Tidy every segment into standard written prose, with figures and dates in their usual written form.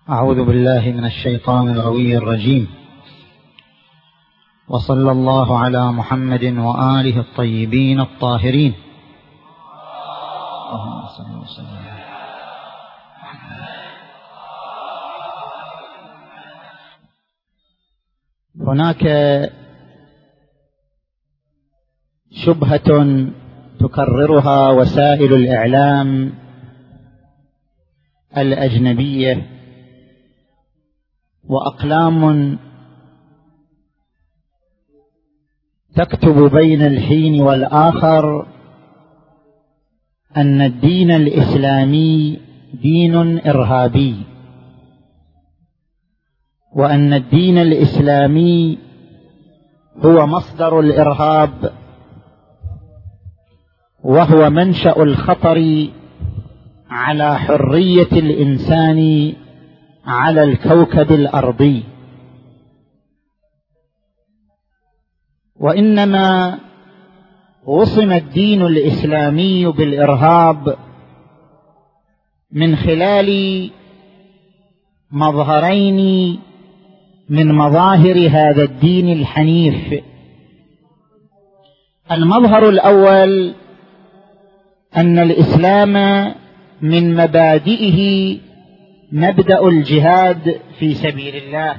أعوذ بالله من الشيطان الغوي الرجيم، وصلى الله على محمد وآله الطيبين الطاهرين. اللهم صل وسلم. هناك شبهة تكررها وسائل الإعلام الأجنبية وأقلام تكتب بين الحين والآخر أن الدين الإسلامي دين إرهابي، وأن الدين الإسلامي هو مصدر الإرهاب وهو منشأ الخطر على حرية الإنسان على الكوكب الأرضي. وإنما وصم الدين الإسلامي بالإرهاب من خلال مظهرين من مظاهر هذا الدين الحنيف. المظهر الأول أن الإسلام من مبادئه مبدأ الجهاد في سبيل الله،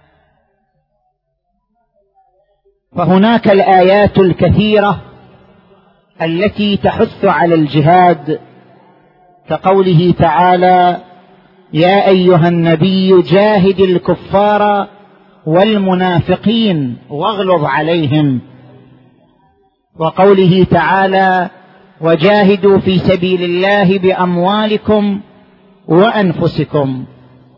فهناك الآيات الكثيرة التي تحث على الجهاد، كقوله تعالى: يا أيها النبي جاهد الكفار والمنافقين واغلظ عليهم، وقوله تعالى: وجاهدوا في سبيل الله بأموالكم وأنفسكم.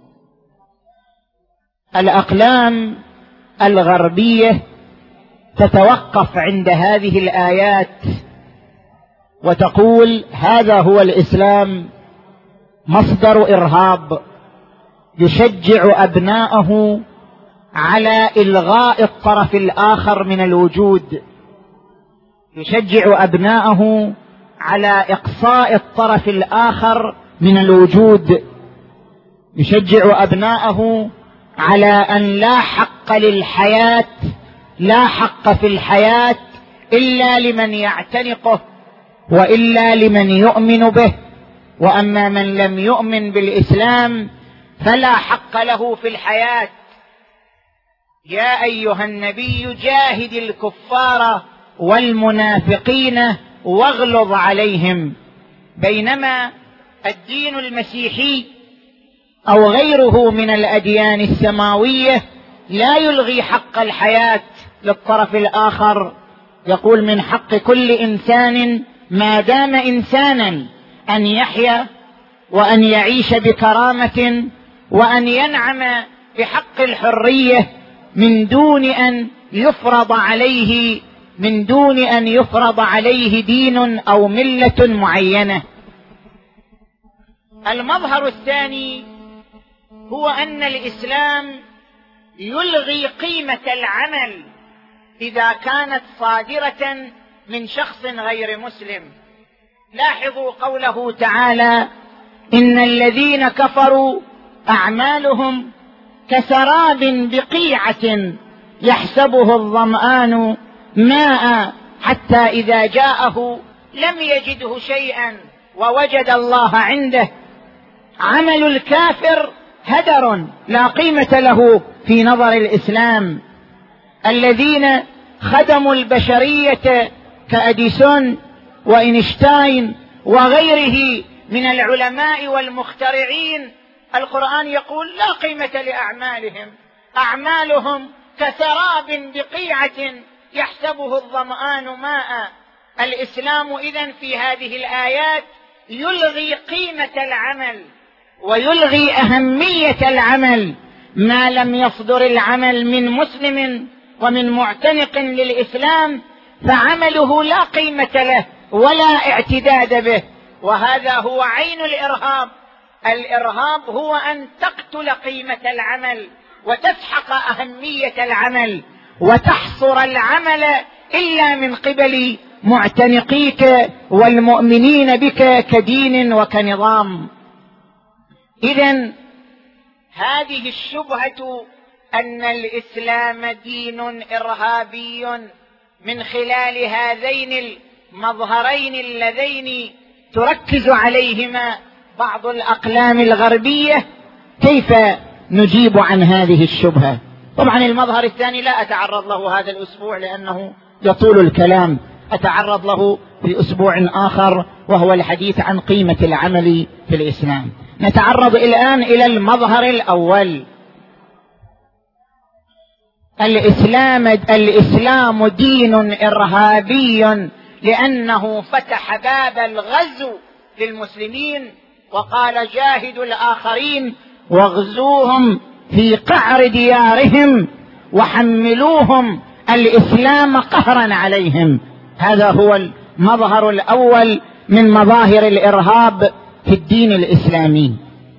الأقلام الغربية تتوقف عند هذه الآيات وتقول هذا هو الإسلام، مصدر إرهاب يشجع أبناءه على إلغاء الطرف الآخر من الوجود، يشجع أبناءه على إقصاء الطرف الآخر من الوجود، يشجع أبناءه على أن لا حق للحياة، لا حق في الحياة إلا لمن يعتنقه وإلا لمن يؤمن به، وأما من لم يؤمن بالإسلام فلا حق له في الحياة. يا أيها النبي جاهد الكفار والمنافقين واغلظ عليهم. بينما الدين المسيحي أو غيره من الأديان السماوية لا يلغي حق الحياة للطرف الآخر، يقول من حق كل إنسان ما دام إنسانا أن يحيا وأن يعيش بكرامة وأن ينعم بحق الحرية من دون أن يفرض عليه دين أو ملة معينة. المظهر الثاني هو أن الإسلام يلغي قيمة العمل إذا كانت صادرة من شخص غير مسلم. لاحظوا قوله تعالى: إن الذين كفروا أعمالهم كسراب بقيعة يحسبه الظمآن ماء حتى إذا جاءه لم يجده شيئا ووجد الله عنده. عمل الكافر هدر لا قيمة له في نظر الإسلام. الذين خدموا البشرية كأديسون وإينشتاين وغيره من العلماء والمخترعين، القرآن يقول لا قيمة لأعمالهم، أعمالهم كسراب بقيعة يحسبه الظمآن ماء. الإسلام إذن في هذه الآيات يلغي قيمة العمل ويلغي أهمية العمل ما لم يصدر العمل من مسلم ومن معتنق للإسلام، فعمله لا قيمة له ولا اعتداد به، وهذا هو عين الإرهاب. الإرهاب هو أن تقتل قيمة العمل وتسحق أهمية العمل وتحصر العمل إلا من قبل معتنقيك والمؤمنين بك كدين وكنظام. إذن هذه الشبهة أن الإسلام دين إرهابي من خلال هذين المظهرين اللذين تركز عليهما بعض الأقلام الغربية، كيف نجيب عن هذه الشبهة؟ طبعا المظهر الثاني لا أتعرض له هذا الأسبوع لأنه يطول الكلام، أتعرض له في أسبوع آخر، وهو الحديث عن قيمة العمل في الإسلام. نتعرض الآن إلى المظهر الأول. الإسلام دين إرهابي لأنه فتح باب الغزو للمسلمين، وقال جاهدوا الآخرين واغزوهم في قعر ديارهم وحملوهم الإسلام قهرا عليهم. هذا هو المظهر الأول من مظاهر الإرهاب في الدين الإسلامي.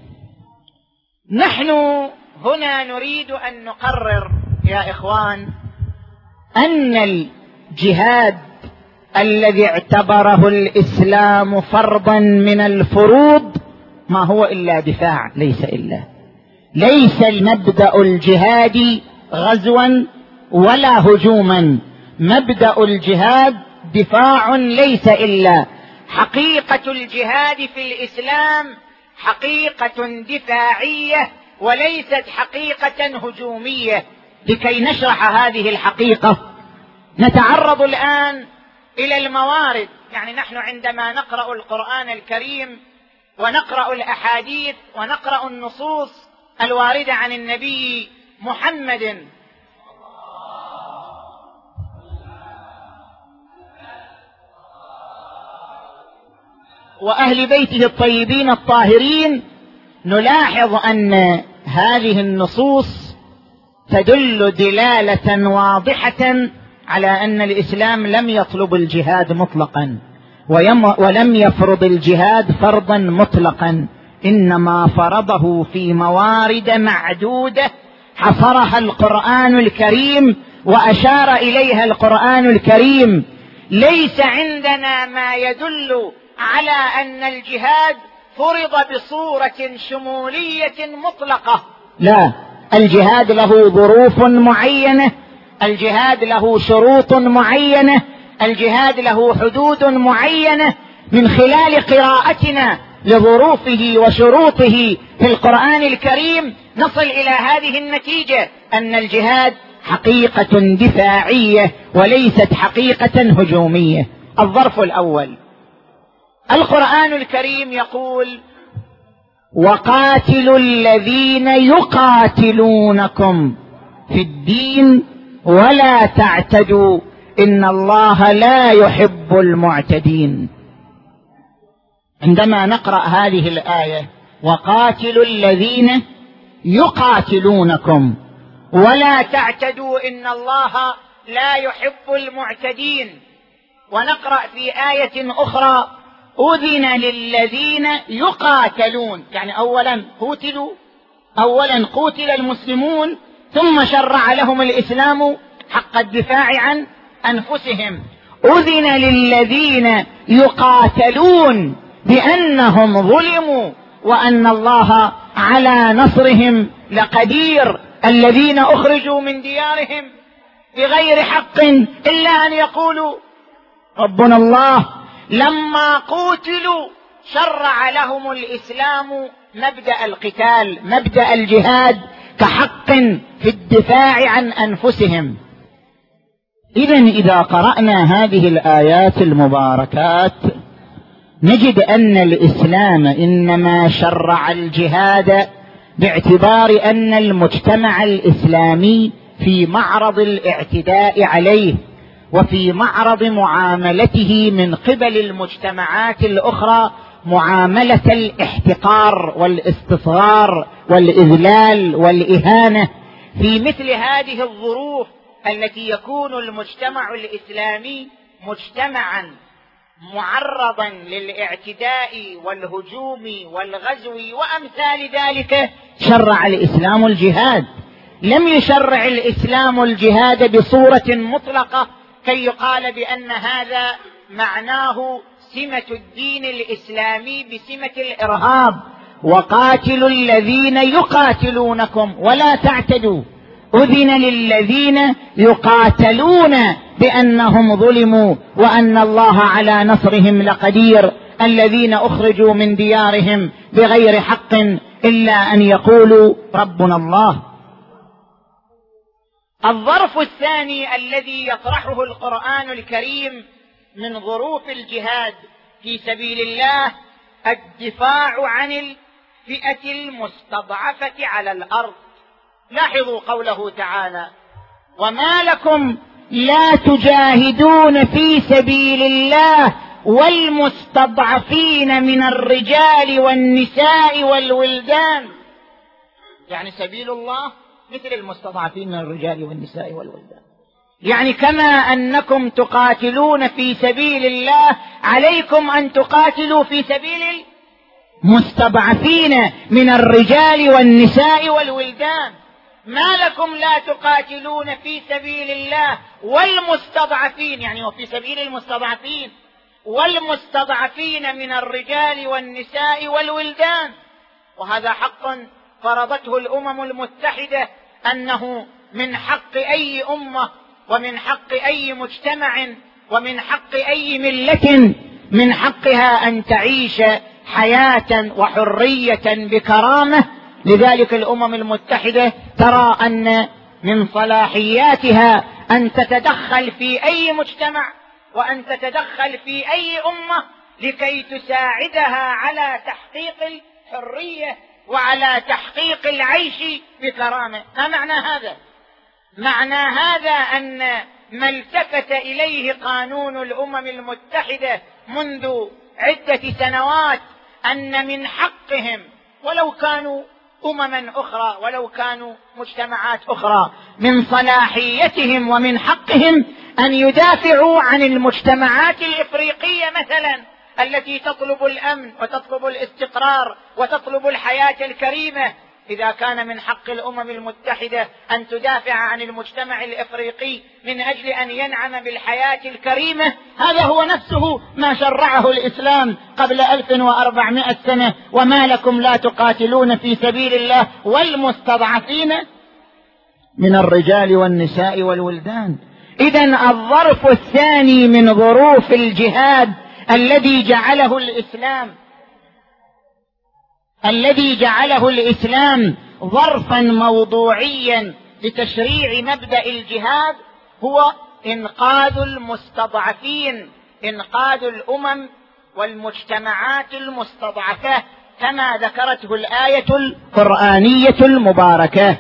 نحن هنا نريد أن نقرر يا إخوان أن الجهاد الذي اعتبره الإسلام فرضا من الفروض ما هو إلا دفاع، ليس المبدأ الجهاد غزوا ولا هجوما، مبدأ الجهاد دفاع، ليس إلا. حقيقة الجهاد في الإسلام حقيقة دفاعية وليست حقيقة هجومية. لكي نشرح هذه الحقيقة نتعرض الآن إلى الموارد. يعني نحن عندما نقرأ القرآن الكريم ونقرأ الأحاديث ونقرأ النصوص الواردة عن النبي محمد وأهل بيته الطيبين الطاهرين، نلاحظ أن هذه النصوص تدل دلالة واضحة على أن الإسلام لم يطلب الجهاد مطلقا ولم يفرض الجهاد فرضا مطلقا، إنما فرضه في موارد معدودة حصرها القرآن الكريم وأشار إليها القرآن الكريم. ليس عندنا ما يدل على أن الجهاد فرض بصورة شمولية مطلقة، لا، الجهاد له ظروف معينة، الجهاد له شروط معينة، الجهاد له حدود معينة. من خلال قراءتنا لظروفه وشروطه في القرآن الكريم نصل إلى هذه النتيجة، أن الجهاد حقيقة دفاعية وليست حقيقة هجومية. الظرف الأول، القرآن الكريم يقول: وقاتلوا الذين يقاتلونكم في الدين ولا تعتدوا إن الله لا يحب المعتدين. عندما نقرأ هذه الآية وقاتلوا الذين يقاتلونكم ولا تعتدوا إن الله لا يحب المعتدين، ونقرأ في آية أخرى: أذن للذين يقاتلون، يعني أولا قتل المسلمون ثم شرع لهم الإسلام حق الدفاع عن أنفسهم. أذن للذين يقاتلون بأنهم ظلموا وأن الله على نصرهم لقدير، الذين أخرجوا من ديارهم بغير حق إلا أن يقولوا ربنا الله. لما قتلوا شرع لهم الإسلام مبدأ القتال، مبدأ الجهاد كحق في الدفاع عن أنفسهم. إذا قرأنا هذه الآيات المباركات نجد أن الإسلام إنما شرع الجهاد باعتبار أن المجتمع الإسلامي في معرض الاعتداء عليه وفي معرض معاملته من قبل المجتمعات الأخرى معاملة الاحتقار والاستصغار والإذلال والإهانة. في مثل هذه الظروف التي يكون المجتمع الإسلامي مجتمعا معرضا للاعتداء والهجوم والغزو وأمثال ذلك، شرع الإسلام الجهاد. لم يشرع الإسلام الجهاد بصورة مطلقة كي يقال بأن هذا معناه سمة الدين الإسلامي بسمة الإرهاب، وقاتلوا الذين يقاتلونكم ولا تعتدوا أذن للذين يقاتلون بأنهم ظلموا وأن الله على نصرهم لقدير الذين أخرجوا من ديارهم بغير حق إلا أن يقولوا ربنا الله. الظرف الثاني الذي يطرحه القرآن الكريم من ظروف الجهاد في سبيل الله الدفاع عن الفئة المستضعفة على الأرض. لاحظوا قوله تعالى: وما لكم لا تجاهدون في سبيل الله والمستضعفين من الرجال والنساء والولدان. يعني سبيل الله مثل المستضعفين من الرجال والنساء والولدان، يعني كما أنكم تقاتلون في سبيل الله عليكم أن تقاتلوا في سبيل المستضعفين من الرجال والنساء والولدان. ما لكم لا تقاتلون في سبيل الله والمستضعفين، يعني وفي سبيل المستضعفين، والمستضعفين من الرجال والنساء والولدان. وهذا حق فرضته الأمم المتحدة أنه من حق أي أمة ومن حق أي مجتمع ومن حق أي ملة من حقها أن تعيش حياة وحرية بكرامة. لذلك الأمم المتحدة ترى أن من صلاحياتها أن تتدخل في أي مجتمع وأن تتدخل في أي أمة لكي تساعدها على تحقيق الحرية وعلى تحقيق العيش بكرامة. ما معنى هذا؟ معنى هذا أن ما التفت إليه قانون الأمم المتحدة منذ عدة سنوات أن من حقهم، ولو كانوا أمما أخرى ولو كانوا مجتمعات أخرى، من صلاحيتهم ومن حقهم أن يدافعوا عن المجتمعات الإفريقية مثلا التي تطلب الأمن وتطلب الاستقرار وتطلب الحياة الكريمة. إذا كان من حق الأمم المتحدة أن تدافع عن المجتمع الإفريقي من أجل أن ينعم بالحياة الكريمة، هذا هو نفسه ما شرعه الإسلام قبل 1400 سنة: وما لكم لا تقاتلون في سبيل الله والمستضعفين من الرجال والنساء والولدان. إذن الظرف الثاني من ظروف الجهاد الذي جعله الإسلام ظرفا موضوعيا لتشريع مبدأ الجهاد هو إنقاذ المستضعفين، إنقاذ الأمم والمجتمعات المستضعفة كما ذكرته الآية القرآنية المباركة.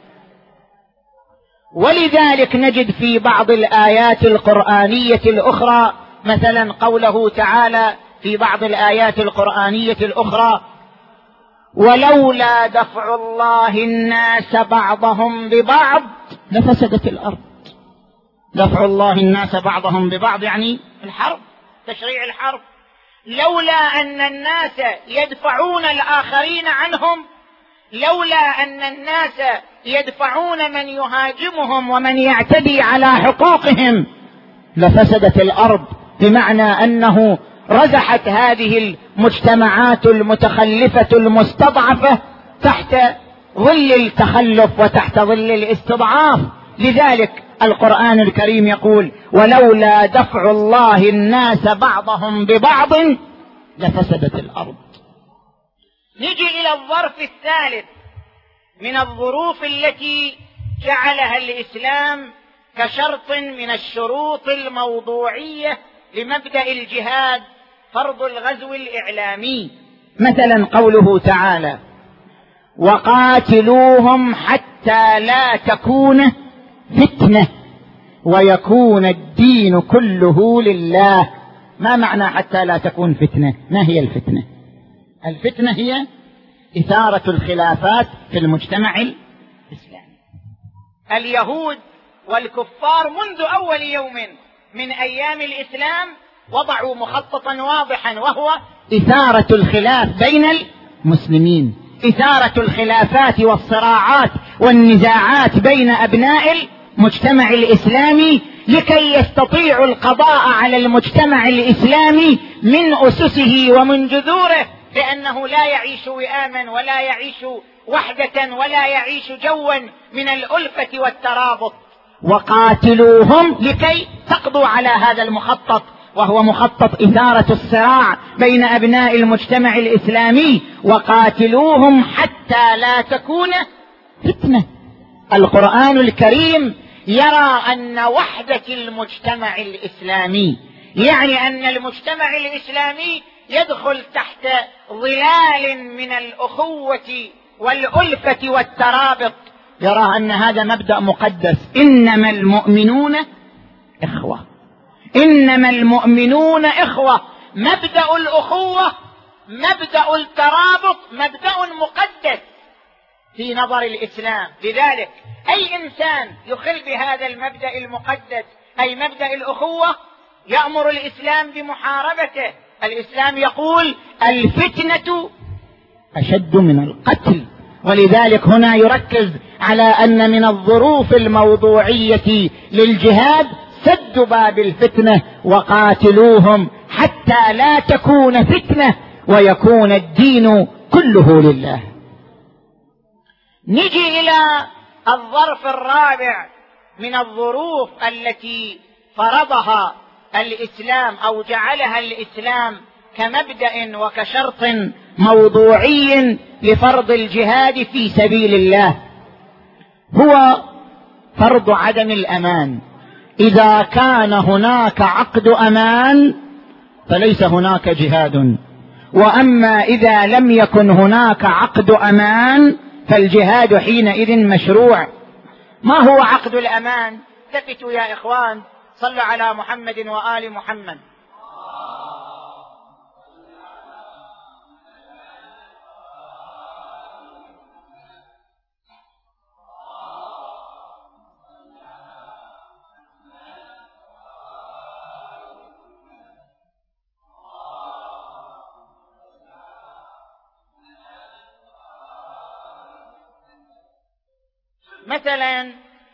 ولذلك نجد في بعض الآيات القرآنية الأخرى مثلا قوله تعالى في بعض الآيات القرآنية الأخرى: ولولا دفع الله الناس بعضهم ببعض لفسدت الأرض. دفع الله الناس بعضهم ببعض يعني الحرب، تشريع الحرب. لولا أن الناس يدفعون الآخرين عنهم، لولا أن الناس يدفعون من يهاجمهم ومن يعتدي على حقوقهم لفسدت الأرض، بمعنى أنه رزحت هذه المجتمعات المتخلفة المستضعفة تحت ظل التخلف وتحت ظل الاستضعاف. لذلك القرآن الكريم يقول: ولولا دفع الله الناس بعضهم ببعض لفسدت الأرض. نجي إلى الظرف الثالث من الظروف التي جعلها الإسلام كشرط من الشروط الموضوعية لمبدأ الجهاد: فرض الغزو الإعلامي. مثلا قوله تعالى: وقاتلوهم حتى لا تكون فتنة ويكون الدين كله لله. ما معنى حتى لا تكون فتنة؟ ما هي الفتنة؟ الفتنة هي إثارة الخلافات في المجتمع الإسلامي. اليهود والكفار منذ أول يوم من أيام الإسلام وضعوا مخططا واضحا، وهو إثارة الخلاف بين المسلمين، إثارة الخلافات والصراعات والنزاعات بين أبناء المجتمع الإسلامي لكي يستطيعوا القضاء على المجتمع الإسلامي من أسسه ومن جذوره لأنه لا يعيش وئاما ولا يعيش وحدة ولا يعيش جوا من الألفة والترابط. وقاتلوهم لكي تقضوا على هذا المخطط، وهو مخطط إثارة الصراع بين أبناء المجتمع الإسلامي. وقاتلوهم حتى لا تكون فتنة. القرآن الكريم يرى أن وحدة المجتمع الإسلامي يعني أن المجتمع الإسلامي يدخل تحت ظلال من الأخوة والألفة والترابط. يرى أن هذا مبدأ مقدس، إنما المؤمنون إخوة، إنما المؤمنون إخوة. مبدأ الأخوة، مبدأ الترابط مبدأ مقدس في نظر الإسلام. لذلك أي إنسان يخل بهذا المبدأ المقدس أي مبدأ الأخوة يأمر الإسلام بمحاربته. الإسلام يقول الفتنة أشد من القتل، ولذلك هنا يركز على أن من الظروف الموضوعية للجهاد سد باب الفتنة. وقاتلوهم حتى لا تكون فتنة ويكون الدين كله لله. نجي إلى الظرف الرابع من الظروف التي فرضها الإسلام أو جعلها الإسلام كمبدأ وكشرط موضوعي لفرض الجهاد في سبيل الله، هو فرض عدم الأمان. إذا كان هناك عقد أمان فليس هناك جهاد، وأما إذا لم يكن هناك عقد أمان فالجهاد حينئذ مشروع. ما هو عقد الأمان؟ التفتوا يا إخوان، صلوا على محمد وآل محمد. مثلا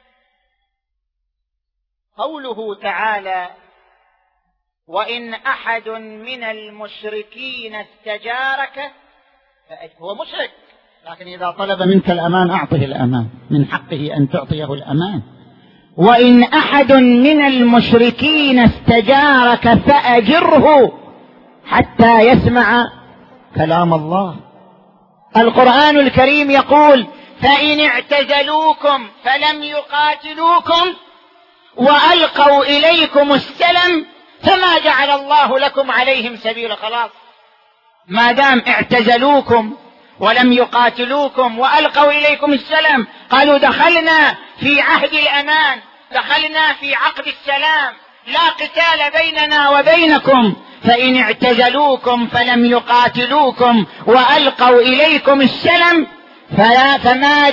قوله تعالى وإن أحد من المشركين استجارك، هو مشرك لكن إذا طلب منك الأمان أعطه الأمان، من حقه أن تعطيه الأمان. وإن أحد من المشركين استجارك فأجره حتى يسمع كلام الله. القرآن الكريم يقول فإن اعتزلوكم فلم يقاتلوكم وألقوا إليكم السلم فما جعل الله لكم عليهم سبيلا. خلاص، ما دام اعتزلوكم ولم يقاتلوكم وألقوا إليكم السلم، قالوا دخلنا في عهد الأمان، دخلنا في عقد السلام، لا قتال بيننا وبينكم. فإن اعتزلوكم فلم يقاتلوكم وألقوا إليكم السلم فما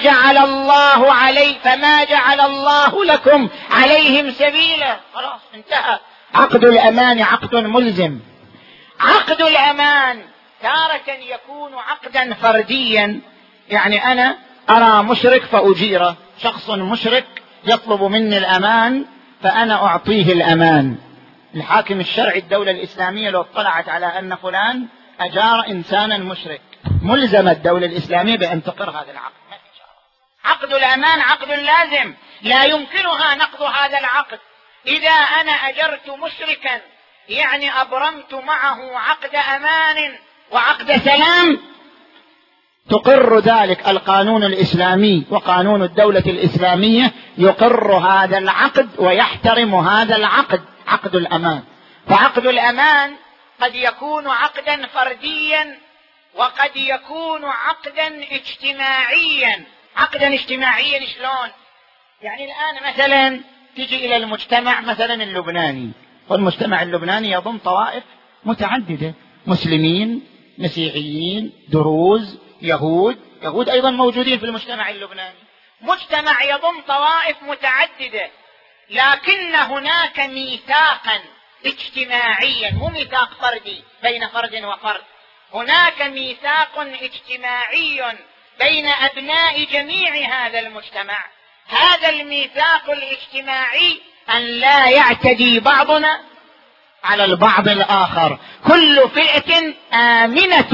جعل الله لكم عليهم سبيلا. خلاص انتهى. عقد الأمان عقد ملزم. عقد الأمان تارة يكون عقدا فرديا، يعني أنا أرى مشرك فأجيره، شخص مشرك يطلب مني الأمان فأنا أعطيه الأمان. الحاكم الشرعي الدولة الإسلامية لو اطلعت على أن فلان أجار إنسانا مشرك ملزم الدولة الإسلامية بأن تقر هذا العقد. عقد الأمان عقد لازم، لا يمكنها نقض هذا العقد. إذا أنا أجرت مشركا يعني أبرمت معه عقد أمان وعقد سلام، تقر ذلك القانون الإسلامي وقانون الدولة الإسلامية، يقر هذا العقد ويحترم هذا العقد، عقد الأمان. فعقد الأمان قد يكون عقدا فرديا وقد يكون عقدا اجتماعيا. عقدا اجتماعيا شلون؟ يعني الآن مثلا تجي إلى المجتمع مثلا اللبناني، والمجتمع اللبناني يضم طوائف متعددة، مسلمين، مسيحيين، دروز، يهود أيضا موجودين في المجتمع اللبناني. مجتمع يضم طوائف متعددة، لكن هناك ميثاقا اجتماعيا، مو ميثاق فردي بين فرد وفرد، هناك ميثاق اجتماعي بين أبناء جميع هذا المجتمع. هذا الميثاق الاجتماعي أن لا يعتدي بعضنا على البعض الآخر، كل فئة آمنة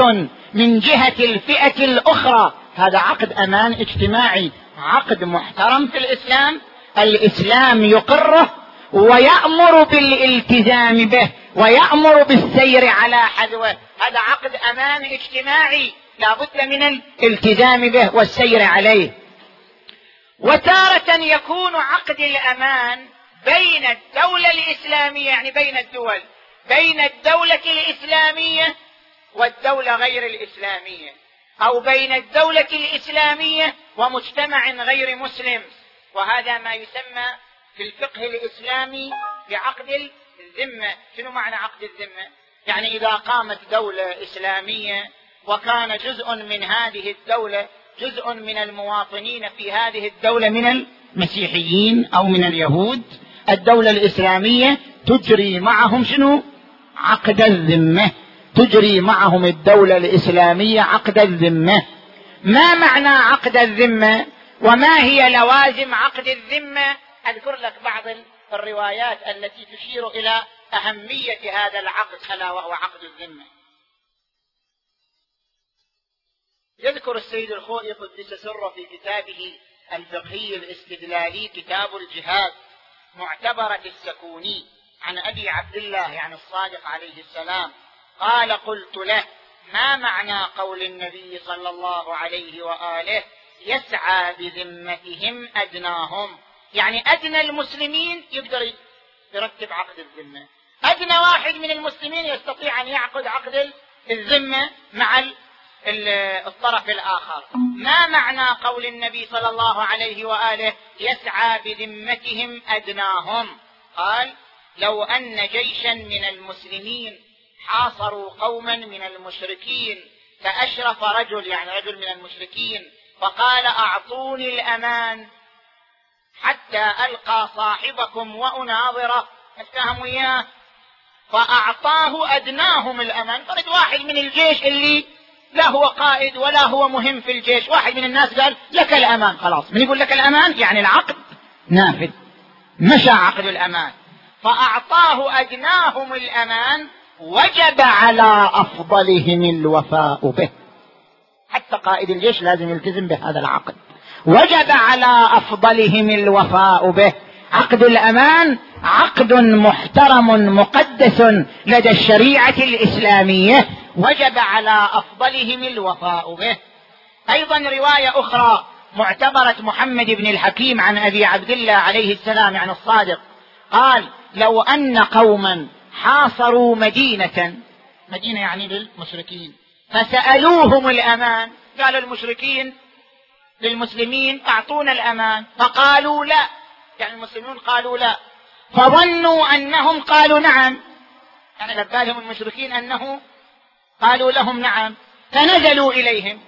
من جهة الفئة الأخرى. هذا عقد أمان اجتماعي، عقد محترم في الإسلام. الإسلام يقره ويأمر بالالتزام به ويأمر بالسير على حذوه. هذا عقد أمان اجتماعي لا بد من الالتزام به والسير عليه. وتارة يكون عقد الأمان بين الدولة الإسلامية، يعني بين الدول، بين الدولة الإسلامية والدولة غير الإسلامية، أو بين الدولة الإسلامية ومجتمع غير مسلم. وهذا ما يسمى في الفقه الإسلامي بعقد الذمة. شنو معنى عقد الذمة؟ يعني إذا قامت دولة إسلامية وكان جزء من هذه الدولة، جزء من المواطنين في هذه الدولة من المسيحيين أو من اليهود، الدولة الإسلامية تجري معهم شنو؟ عقد الذمة. تجري معهم الدولة الإسلامية عقد الذمة. ما معنى عقد الذمة وما هي لوازم عقد الذمة؟ أذكر لك بعض الروايات التي تشير إلى أهمية هذا العقد، ألا وهو عقد الذمة. يذكر السيد الخوئي قدس سره في كتابه الفقهي الاستدلالي كتاب الجهاد معتبرة السكوني عن أبي عبد الله يعني الصادق عليه السلام قال: قلت له: ما معنى قول النبي صلى الله عليه وآله يسعى بذمتهم أدناهم؟ يعني أدنى المسلمين يقدر يرتب عقد الذمة، أدنى واحد من المسلمين يستطيع أن يعقد عقد الذمة مع الطرف الآخر. ما معنى قول النبي صلى الله عليه وآله يسعى بذمتهم أدناهم؟ قال: لو أن جيشا من المسلمين حاصروا قوما من المشركين فأشرف رجل، يعني رجل من المشركين، فقال: أعطوني الأمان حتى ألقى صاحبكم وأناظره، اتهم إياه، فأعطاه أدناهم الأمان. فرد واحد من الجيش اللي لا هو قائد ولا هو مهم في الجيش، واحد من الناس قال: لك الأمان. خلاص، من يقول لك الأمان يعني العقد نافذ، مشى عقد الأمان. فأعطاه أدناهم الأمان، وجب على أفضلهم الوفاء به. حتى قائد الجيش لازم يلتزم بهذا العقد. وجب على أفضلهم الوفاء به. عقد الأمان عقد محترم مقدس لدى الشريعة الإسلامية، وجب على أفضلهم الوفاء به. أيضا رواية أخرى معتبرة محمد بن الحكيم عن أبي عبد الله عليه السلام عن الصادق قال: لو أن قوما حاصروا مدينة يعني للمشركين، فسألوهم الأمان، قالوا المشركين للمسلمين: أعطونا الأمان، فقالوا لا، يعني المسلمون قالوا لا، فظنوا أنهم قالوا نعم، يعني لبالهم المشركين أنه قالوا لهم نعم، فنزلوا إليهم.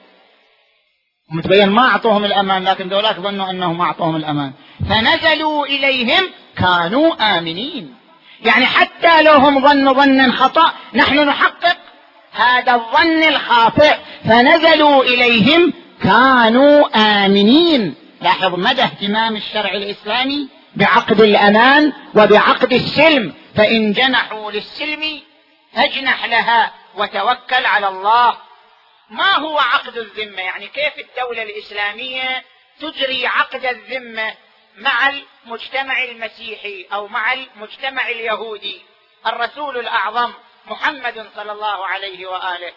متبين ما أعطوهم الأمان، لكن دولاك ظنوا أنهم أعطوهم الأمان، فنزلوا إليهم كانوا آمنين. يعني حتى لو هم ظنوا ظنا خطأ، نحن نحقق هذا الظن الخاطئ، فنزلوا إليهم كانوا آمنين. لاحظ مدى اهتمام الشرع الإسلامي بعقد الأمان وبعقد السلم. فإن جنحوا للسلم فاجنح لها وتوكل على الله. ما هو عقد الذمة؟ يعني كيف الدولة الإسلامية تجري عقد الذمة مع المجتمع المسيحي أو مع المجتمع اليهودي؟ الرسول الأعظم محمد صلى الله عليه وآله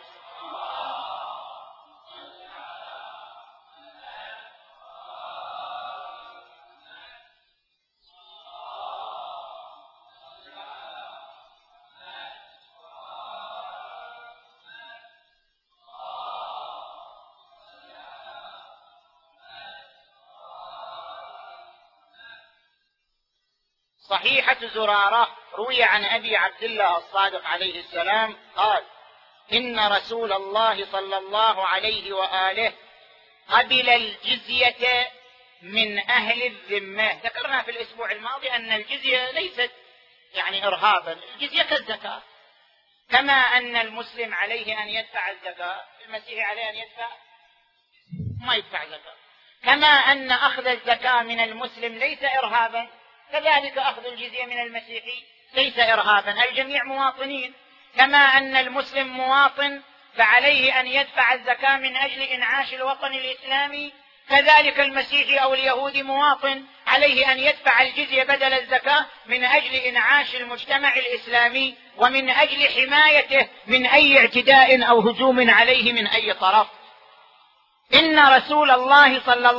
صحيحة زرارة روي عن أبي عبد الله الصادق عليه السلام قال: إن رسول الله صلى الله عليه وآله قبل الجزية من أهل الذمة. ذكرنا في الأسبوع الماضي أن الجزية ليست يعني إرهابا، الجزية كالزكاة، كما أن المسلم عليه أن يدفع الزكاة، المسيحي عليه أن يدفع ما يدفع زكاة. كما أن أخذ الزكاة من المسلم ليس إرهابا، كذلك أخذ الجزية من المسيحي ليس إرهابا، الجميع مواطنين. كما أن المسلم مواطن فعليه أن يدفع الزكاة من أجل إنعاش الوطن الإسلامي. كذلك المسيحي أو اليهودي مواطن عليه أن يدفع الجزية بدل الزكاة من أجل إنعاش المجتمع الإسلامي ومن أجل حمايته من أي اعتداء أو هجوم عليه من أي طرف. إن رسول الله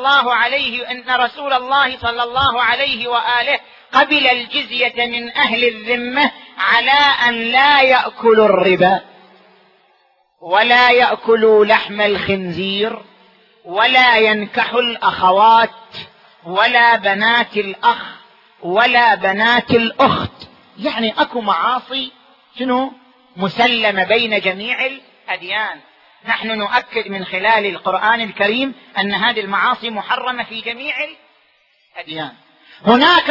صلى الله عليه وآله قبل الجزية من أهل الذمة على أن لا يأكلوا الربا ولا يأكلوا لحم الخنزير ولا ينكحوا الأخوات ولا بنات الأخ ولا بنات الأخت. يعني أكو معاصي مسلمة بين جميع الأديان. نحن نؤكد من خلال القرآن الكريم أن هذه المعاصي محرمة في جميع الأديان. هناك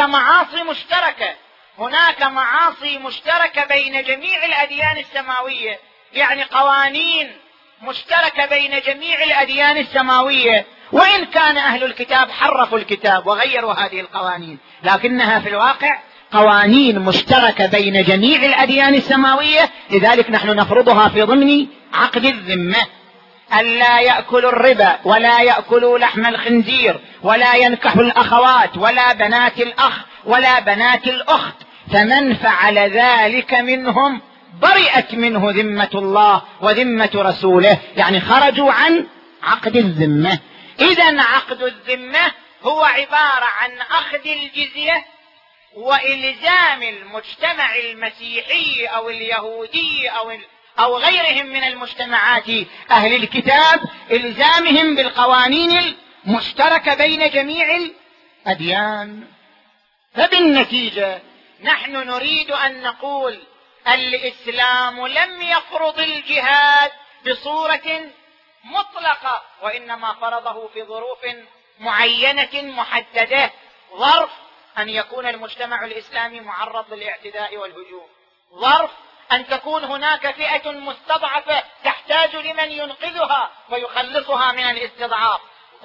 معاصي مشتركة بين جميع الأديان السماوية، يعني قوانين مشتركة بين جميع الأديان السماوية، وإن كان أهل الكتاب حرفوا الكتاب وغيروا هذه القوانين، لكنها في الواقع قوانين مشتركة بين جميع الأديان السماوية. لذلك نحن نفرضها في ضمن عقد الذمة: ألا يأكلوا الربا ولا يأكلوا لحم الخنزير ولا ينكحوا الأخوات ولا بنات الأخ ولا بنات الأخت، فمن فعل ذلك منهم برئت منه ذمة الله وذمة رسوله، يعني خرجوا عن عقد الذمة. إذن عقد الذمة هو عبارة عن أخذ الجزية وإلزام المجتمع المسيحي أو اليهودي أو غيرهم من المجتمعات أهل الكتاب، إلزامهم بالقوانين المشتركة بين جميع الأديان. فبالنتيجة نحن نريد أن نقول الإسلام لم يفرض الجهاد بصورة مطلقة، وإنما فرضه في ظروف معينة محددة. ظرف أن يكون المجتمع الإسلامي معرض للاعتداء والهجوم، ظرف أن تكون هناك فئة مستضعفة تحتاج لمن ينقذها ويخلصها من الاستضعاف،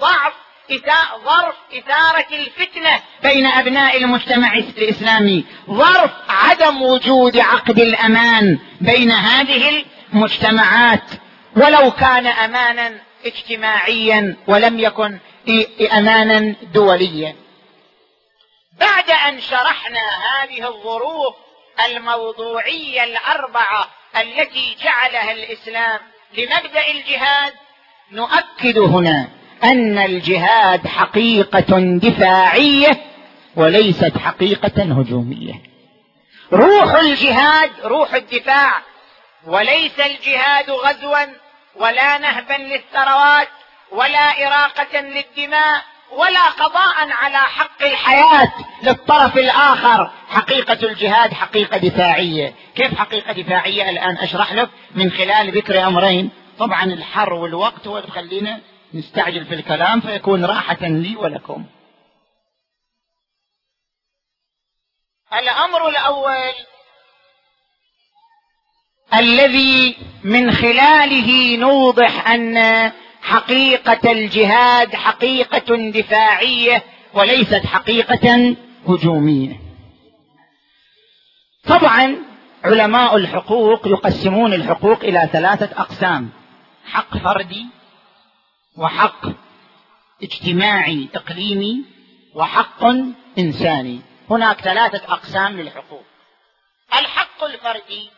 ظرف إثارة الفتنة بين أبناء المجتمع الإسلامي، ظرف عدم وجود عقد الأمان بين هذه المجتمعات ولو كان أمانا اجتماعيا ولم يكن أمانا دوليا. بعد أن شرحنا هذه الظروف الموضوعية الأربعة التي جعلها الإسلام لمبدأ الجهاد، نؤكد هنا أن الجهاد حقيقة دفاعية وليست حقيقة هجومية. روح الجهاد روح الدفاع، وليس الجهاد غزوا ولا نهبا للثروات ولا إراقة للدماء ولا قضاء على حق الحياة للطرف الآخر. حقيقة الجهاد حقيقة دفاعية. كيف حقيقة دفاعية؟ الآن أشرح لك من خلال ذكر أمرين. طبعا الحر والوقت هو خلينا نستعجل في الكلام فيكون راحة لي ولكم. الأمر الأول الذي من خلاله نوضح أن حقيقة الجهاد حقيقة دفاعية وليست حقيقة هجومية. طبعا علماء الحقوق يقسمون الحقوق إلى 3 أقسام: حق فردي وحق اجتماعي إقليمي وحق إنساني. هناك 3 أقسام للحقوق. الحق الفردي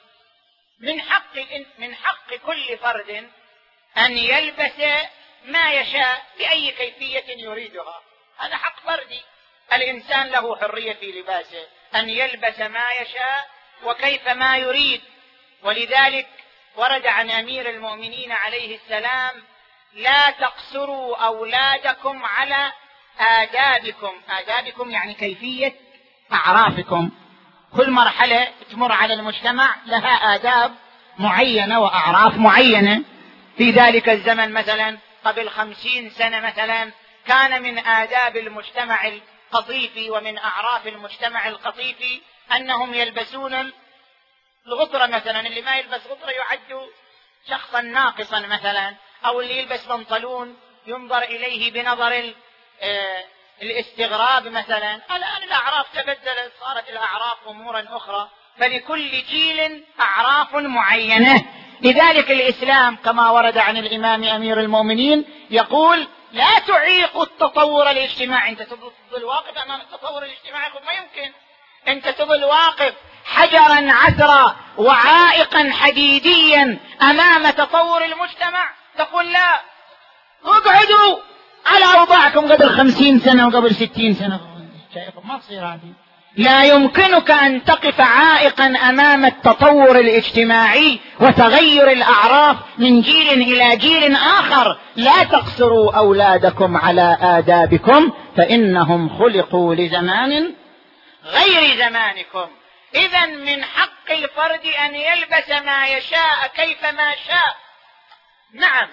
من حق كل فرد أن يلبس ما يشاء بأي كيفية يريدها، هذا حق فردي. الإنسان له حرية في لباسه، أن يلبس ما يشاء وكيف ما يريد. ولذلك ورد عن أمير المؤمنين عليه السلام: لا تقصروا أولادكم على آدابكم يعني كيفية أعرافكم. كل مرحلة تمر على المجتمع لها آداب معينة وأعراف معينة. في ذلك الزمن مثلا قبل 50 سنة مثلا كان من آداب المجتمع القطيفي ومن أعراف المجتمع القطيفي أنهم يلبسون الغطرة مثلا. اللي ما يلبس غطرة يعد شخصا ناقصا مثلا، أو اللي يلبس بنطلون ينظر إليه بنظر الاستغراب مثلا. الآن الأعراف تبدلت، صارت الأعراف أمورا أخرى، فلكل جيل أعراف معينة. لذلك الإسلام كما ورد عن الإمام أمير المؤمنين يقول لا تعيق التطور الاجتماعي. أنت تظل واقف أمام التطور الاجتماعي، ما يمكن. أنت تظل واقف حجرا عثرا وعائقا حديديا أمام تطور المجتمع، تقول لا اقعدوا على أوضاعكم قبل 50 سنة وقبل 60 سنة. ما تصير هذه. لا يمكنك أن تقف عائقا أمام التطور الاجتماعي وتغير الأعراف من جيل إلى جيل آخر. لا تقصروا أولادكم على آدابكم فإنهم خلقوا لزمان غير زمانكم. إذن من حق الفرد أن يلبس ما يشاء كيفما شاء. نعم،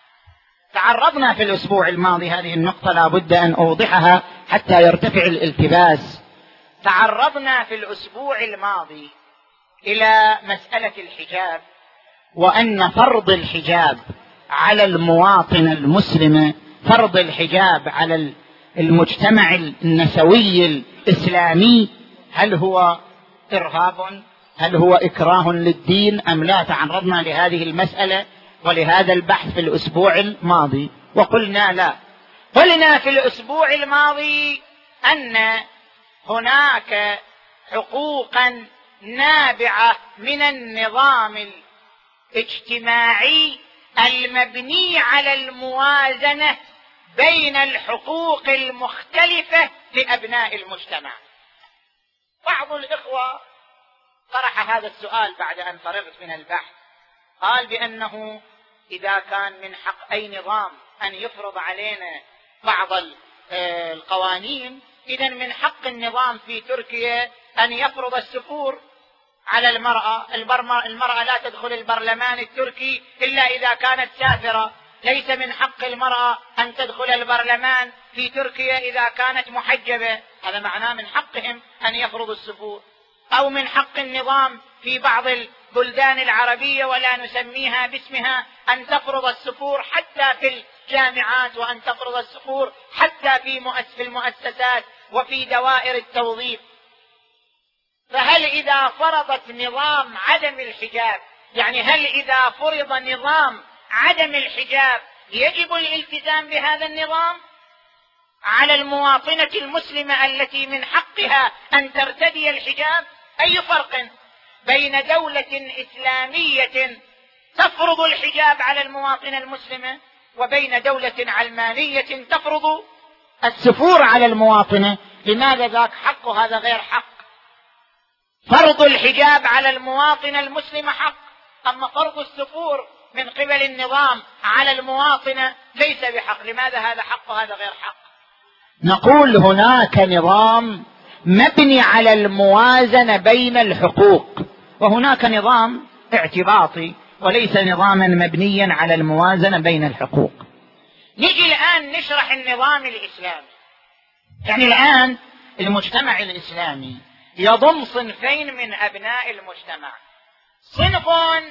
تعرضنا في الأسبوع الماضي، هذه النقطة لا بد أن أوضحها حتى يرتفع الالتباس. تعرضنا في الأسبوع الماضي إلى مسألة الحجاب، وأن فرض الحجاب على المواطن المسلم، فرض الحجاب على المجتمع النسوي الإسلامي، هل هو إرهاب؟ هل هو إكراه للدين أم لا؟ تعرضنا لهذه المسألة ولهذا البحث في الأسبوع الماضي وقلنا لا. قلنا في الأسبوع الماضي أن هناك حقوقا نابعة من النظام الاجتماعي المبني على الموازنة بين الحقوق المختلفة لأبناء المجتمع. بعض الإخوة طرح هذا السؤال بعد أن فرغت من البحث، قال بأنه إذا كان من حق أي نظام أن يفرض علينا بعض القوانين، إذن من حق النظام في تركيا أن يفرض السفور على المرأة. المرأة لا تدخل البرلمان التركي إلا إذا كانت سافرة. ليس من حق المرأة أن تدخل البرلمان في تركيا إذا كانت محجبة. هذا معناه من حقهم أن يفرضوا السفور. أو من حق النظام في بعض البلدان العربية ولا نسميها باسمها أن تفرض السفور حتى في الجامعات، وأن تفرض السفور حتى في المؤسسات وفي دوائر التوظيف. فهل إذا فرضت نظام عدم الحجاب، يعني هل إذا فرض نظام عدم الحجاب يجب الالتزام بهذا النظام على المواطنة المسلمة التي من حقها أن ترتدي الحجاب؟ أي فرق بين دولة إسلامية تفرض الحجاب على المواطنة المسلمة وبين دولة علمانية تفرض السفور على المواطنة؟ لماذا ذاك حق وهذا غير حق؟ فرض الحجاب على المواطنة المسلمة حق، أما فرض السفور من قبل النظام على المواطنة ليس بحق. لماذا هذا حق وهذا غير حق؟ نقول هناك نظام مبني على الموازنة بين الحقوق، وهناك نظام اعتباطي وليس نظاما مبنيا على الموازنة بين الحقوق. نجي الآن نشرح النظام الإسلامي. يعني الآن المجتمع الإسلامي يضم صنفين من أبناء المجتمع. صنف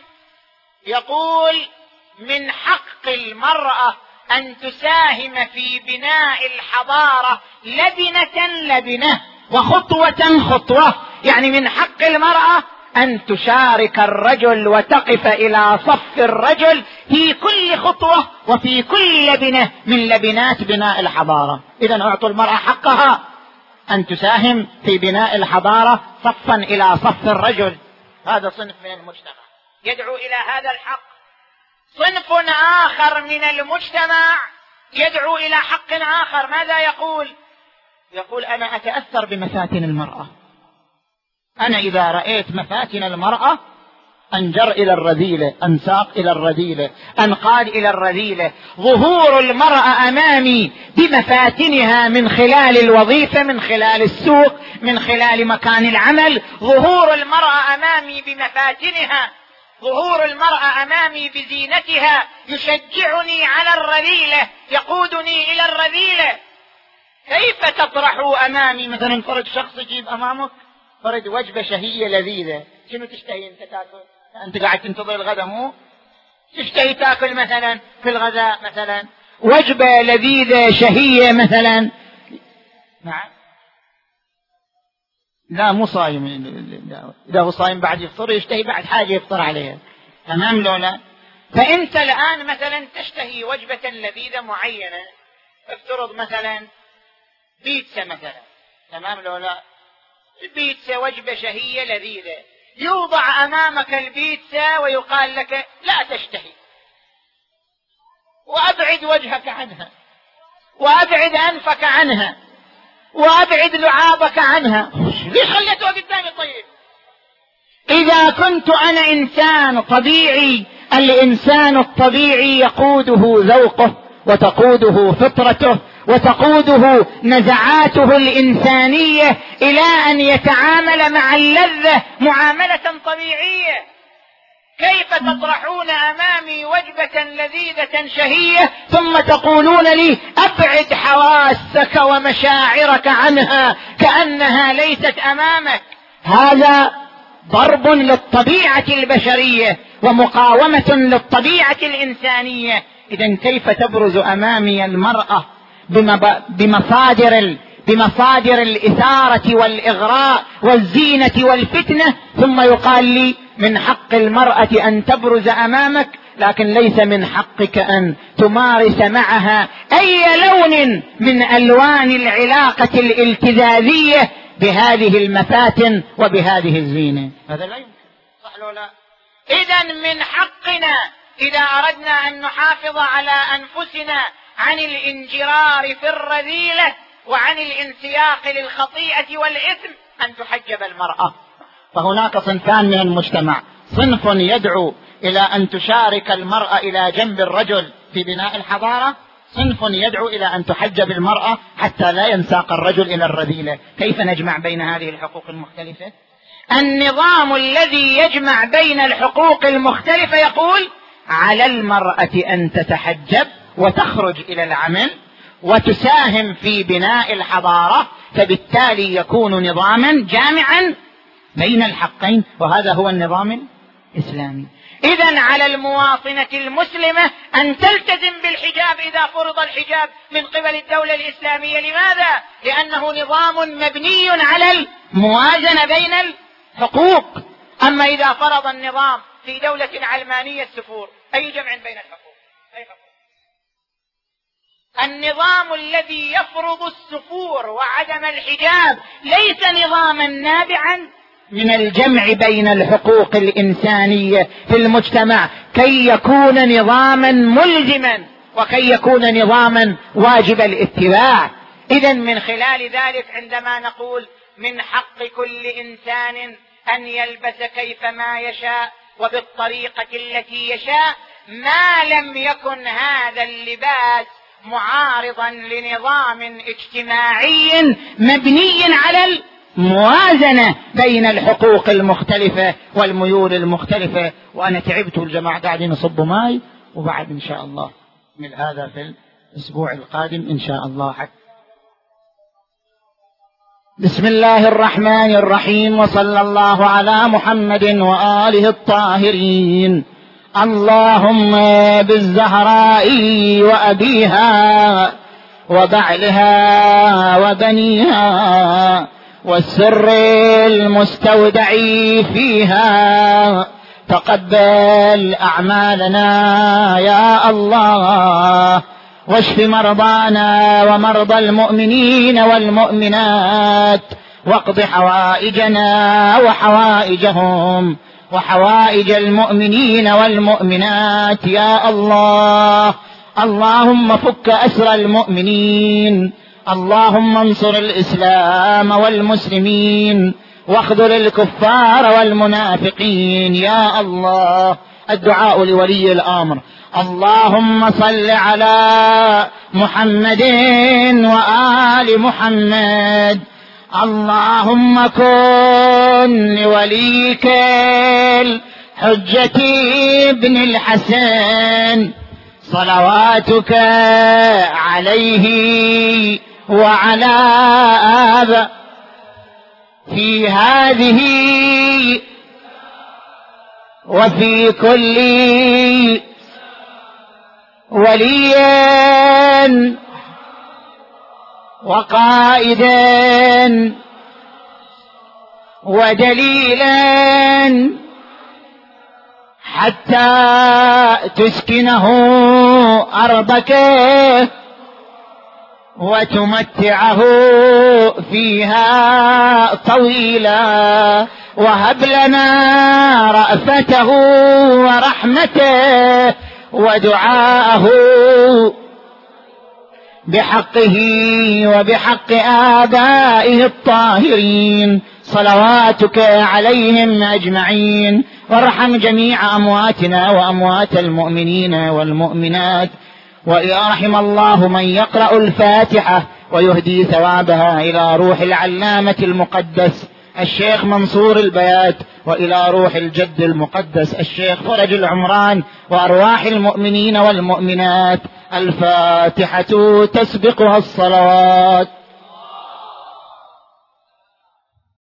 يقول من حق المرأة أن تساهم في بناء الحضارة لبنة لبنة وخطوة خطوة، يعني من حق المرأة أن تشارك الرجل وتقف إلى صف الرجل في كل خطوة وفي كل لبنة من لبنات بناء الحضارة. إذن أعطوا المرأة حقها أن تساهم في بناء الحضارة صفا إلى صف الرجل. هذا صنف من المجتمع يدعو إلى هذا الحق. صنف آخر من المجتمع يدعو إلى حق آخر. ماذا يقول؟ يقول أنا أتأثر بمفاتن المرأة. أنا إذا رأيت مفاتن المرأة أنجر إلى الرذيلة، أنساق إلى الرذيلة، أنقاد إلى الرذيلة. ظهور المرأة أمامي بمفاتنها من خلال الوظيفة، من خلال السوق، من خلال مكان العمل. ظهور المرأة أمامي بمفاتنها، ظهور المرأة أمامي بزينتها يشجعني على الرذيلة، يقودني إلى الرذيلة. كيف تطرح أمامي مثلا فرد شخص يجيب أمامك فرد وجبة شهية لذيذة، شنو تشتهي أنت تأكل؟ أنت قاعد تنتظر الغداء، مو تشتهي تأكل مثلا في الغداء مثلا وجبة لذيذة شهية مثلا. نعم، لا مو صايم، إذا هو صايم بعد يفطر يشتهي بعد حاجة يفطر عليها. تمام لولا؟ فأنت الآن مثلا تشتهي وجبة لذيذة معينة، افترض مثلا بيتزا مثلا، تمام لولا؟ البيتزا وجبة شهية لذيذة، يوضع أمامك البيتزا ويقال لك لا تشتهي، وأبعد وجهك عنها، وأبعد أنفك عنها، وأبعد لعابك عنها. ليش خليتها قدامي؟ طيب إذا كنت أنا إنسان طبيعي، الإنسان الطبيعي يقوده ذوقه وتقوده فطرته وتقوده نزعاته الإنسانية إلى أن يتعامل مع اللذة معاملة طبيعية. كيف تطرحون أمامي وجبة لذيذة شهية ثم تقولون لي أبعد حواسك ومشاعرك عنها كأنها ليست أمامك؟ هذا ضرب للطبيعة البشرية ومقاومة للطبيعة الإنسانية. إذن كيف تبرز أمامي المرأة بمصادر الإثارة والإغراء والزينة والفتنة، ثم يقال لي من حق المرأة أن تبرز أمامك، لكن ليس من حقك أن تمارس معها أي لون من ألوان العلاقة الالتذاذية بهذه المفاتن وبهذه الزينة. هذا لا يمكن، صح ولا لا؟ إذن من حقنا إذا أردنا أن نحافظ على أنفسنا عن الانجرار في الرذيلة وعن الانسياق للخطيئة والإثم أن تحجب المرأة. فهناك صنفان من المجتمع: صنف يدعو إلى أن تشارك المرأة إلى جنب الرجل في بناء الحضارة، صنف يدعو إلى أن تحجب المرأة حتى لا ينساق الرجل إلى الرذيلة. كيف نجمع بين هذه الحقوق المختلفة؟ النظام الذي يجمع بين الحقوق المختلفة يقول على المرأة أن تتحجب وتخرج إلى العمل وتساهم في بناء الحضارة، فبالتالي يكون نظاما جامعا بين الحقين، وهذا هو النظام الإسلامي. إذن على المواطنة المسلمة أن تلتزم بالحجاب إذا فرض الحجاب من قبل الدولة الإسلامية. لماذا؟ لأنه نظام مبني على الموازنة بين الحقوق. أما إذا فرض النظام في دولة علمانية السفور، أي جمع بين الحقوق؟ أي حقوق؟ النظام الذي يفرض السفور وعدم الحجاب ليس نظاما نابعا من الجمع بين الحقوق الإنسانية في المجتمع كي يكون نظاما ملزما وكي يكون نظاما واجب الاتباع. إذن من خلال ذلك عندما نقول من حق كل إنسان أن يلبس كيفما يشاء وبالطريقة التي يشاء، ما لم يكن هذا اللباس معارضا لنظام اجتماعي مبني على الموازنة بين الحقوق المختلفة والميول المختلفة. وأنا تعبت والجماعة قاعدين يصبوا ماي، وبعد إن شاء الله من هذا في الأسبوع القادم إن شاء الله. بسم الله الرحمن الرحيم، وصلى الله على محمد وآله الطاهرين. اللهم بالزهراء وأبيها وبعلها وبنيها والسر المستودع فيها تقبل أعمالنا يا الله، واشف مرضانا ومرضى المؤمنين والمؤمنات، واقض حوائجنا وحوائجهم وحوائج المؤمنين والمؤمنات يا الله. اللهم فك أسر المؤمنين، اللهم انصر الإسلام والمسلمين واخذل الكفار والمنافقين يا الله. الدعاء لولي الأمر: اللهم صل على محمد وآل محمد. اللهم كن لوليك الحجة ابن الحسن صلواتك عليه وعلى آبائه في هذه وفي كل وليا وقائدا ودليلا حتى تسكنه أرضك وتمتعه فيها طويلا، وهب لنا رأفته ورحمته ودعاءه بحقه وبحق آبائه الطاهرين صلواتك عليهم أجمعين. وارحم جميع أمواتنا وأموات المؤمنين والمؤمنات. ويرحم الله من يقرأ الفاتحة ويهدي ثوابها إلى روح العلامة المقدس الشيخ منصور البيات، وإلى روح الجد المقدس الشيخ فرج العمران، وأرواح المؤمنين والمؤمنات. الفاتحة تسبقها الصلوات.